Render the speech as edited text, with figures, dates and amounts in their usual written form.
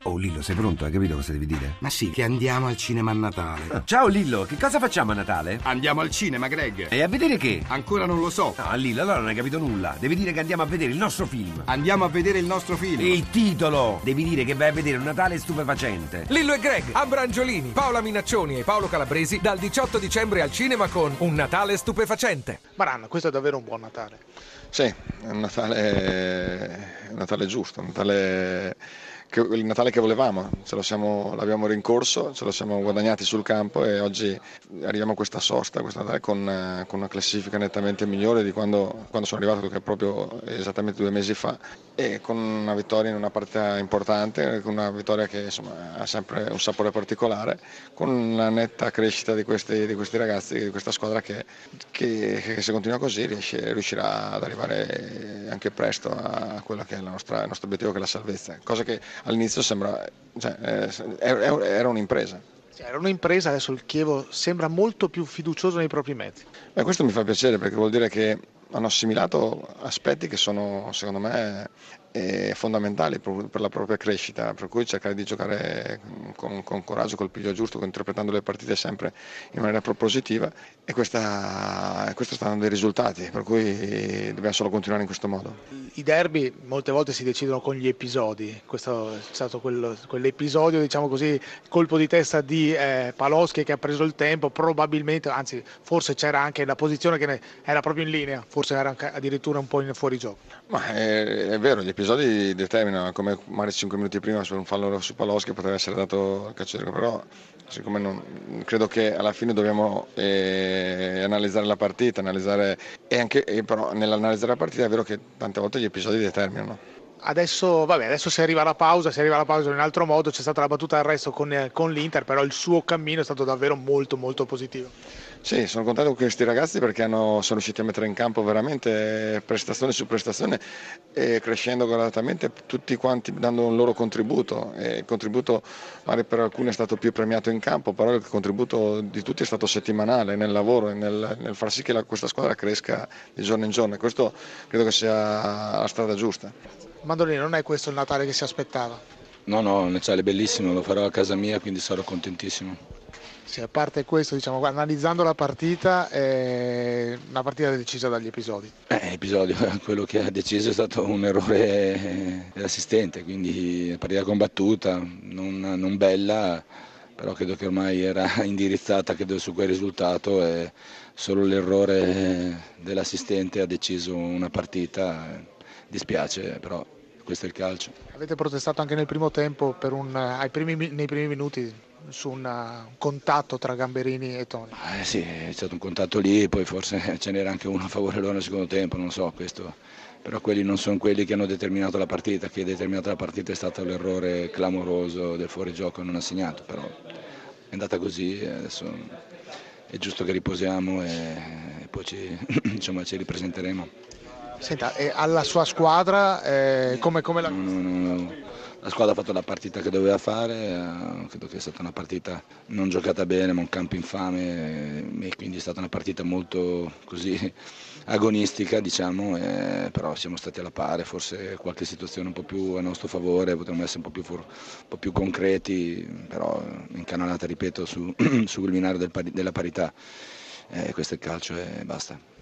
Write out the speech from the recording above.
Oh Lillo, sei pronto? Hai capito cosa devi dire? Ma sì, che andiamo al cinema a Natale. Ciao Lillo, che cosa facciamo a Natale? Andiamo al cinema, Greg. E a vedere che? Ancora non lo so. No, Lillo, allora non hai capito nulla. Devi dire che andiamo a vedere il nostro film. Andiamo a vedere il nostro film. Il titolo! Devi dire che vai a vedere un Natale stupefacente. Lillo e Greg, Ambra Angiolini, Paola Minaccioni e Paolo Calabresi dal 18 dicembre al cinema con Un Natale stupefacente. Maranno, questo è davvero un buon Natale. Sì, è un Natale giusto, il Natale che volevamo, l'abbiamo rincorso, ce lo siamo guadagnati sul campo e oggi arriviamo a questa sosta, questo Natale con una classifica nettamente migliore di quando sono arrivato, che è proprio esattamente 2 mesi fa, e con una vittoria in una partita importante, con una vittoria che insomma ha sempre un sapore particolare, con una netta crescita di questi ragazzi, di questa squadra che se continua così riuscirà ad arrivare anche presto a quello che è il nostro obiettivo, che è la salvezza, cosa che all'inizio era un'impresa. Era un'impresa, adesso il Chievo sembra molto più fiducioso nei propri mezzi. Questo mi fa piacere, perché vuol dire che hanno assimilato aspetti che sono, secondo me, fondamentali per la propria crescita, per cui cercare di giocare con coraggio, col piglio giusto, interpretando le partite sempre in maniera propositiva, e questo sta dando dei risultati, per cui dobbiamo solo continuare in questo modo. I derby molte volte si decidono con gli episodi, questo è stato quell'episodio, diciamo così, colpo di testa di Paloschi, che ha preso il tempo, probabilmente, anzi forse c'era anche la posizione che era proprio in linea, forse era anche addirittura un po' in fuorigioco. Ma è vero, gli episodi determinano, come magari 5 minuti prima su un fallo su Paloschi poteva essere dato al calciatore, però siccome credo che alla fine dobbiamo analizzare la partita, però nell'analizzare la partita è vero che tante volte gli episodi determinano. Adesso si arriva alla pausa in un altro modo, c'è stata la battuta d'arresto con l'Inter, però il suo cammino è stato davvero molto molto positivo. Sì, sono contento con questi ragazzi perché sono riusciti a mettere in campo veramente prestazione su prestazione, e crescendo gradatamente tutti quanti, dando un loro contributo. E il contributo magari per alcuni è stato più premiato in campo, però il contributo di tutti è stato settimanale nel lavoro e nel far sì che questa squadra cresca di giorno in giorno, e questo credo che sia la strada giusta. Mandolini, non è questo il Natale che si aspettava? No, un Natale bellissimo, lo farò a casa mia, quindi sarò contentissimo. Sì, a parte questo, diciamo, analizzando la partita, è una partita decisa dagli episodi. L'episodio, quello che ha deciso è stato un errore dell'assistente, quindi partita combattuta, non bella, però credo che ormai era indirizzata su quel risultato, e solo l'errore dell'assistente ha deciso una partita. Dispiace, però questo è il calcio. Avete protestato anche nel primo tempo nei primi minuti su un contatto tra Gamberini e Toni. Sì, è stato un contatto lì, poi forse ce n'era anche uno a favore loro nel secondo tempo, non so questo. Però quelli non sono quelli che hanno determinato la partita. Chi ha determinato la partita è stato l'errore clamoroso del fuorigioco, non ha segnato, però è andata così, adesso è giusto che riposiamo e poi ci ripresenteremo. Senta, e alla sua squadra come la... No. La squadra ha fatto la partita che doveva fare, credo che è stata una partita non giocata bene, ma un campo infame, e quindi è stata una partita molto così agonistica, diciamo, però siamo stati alla pari, forse qualche situazione un po' più a nostro favore, potremmo essere un po' più concreti, però incanalata, ripeto, sul binario della parità. Questo è il calcio e basta.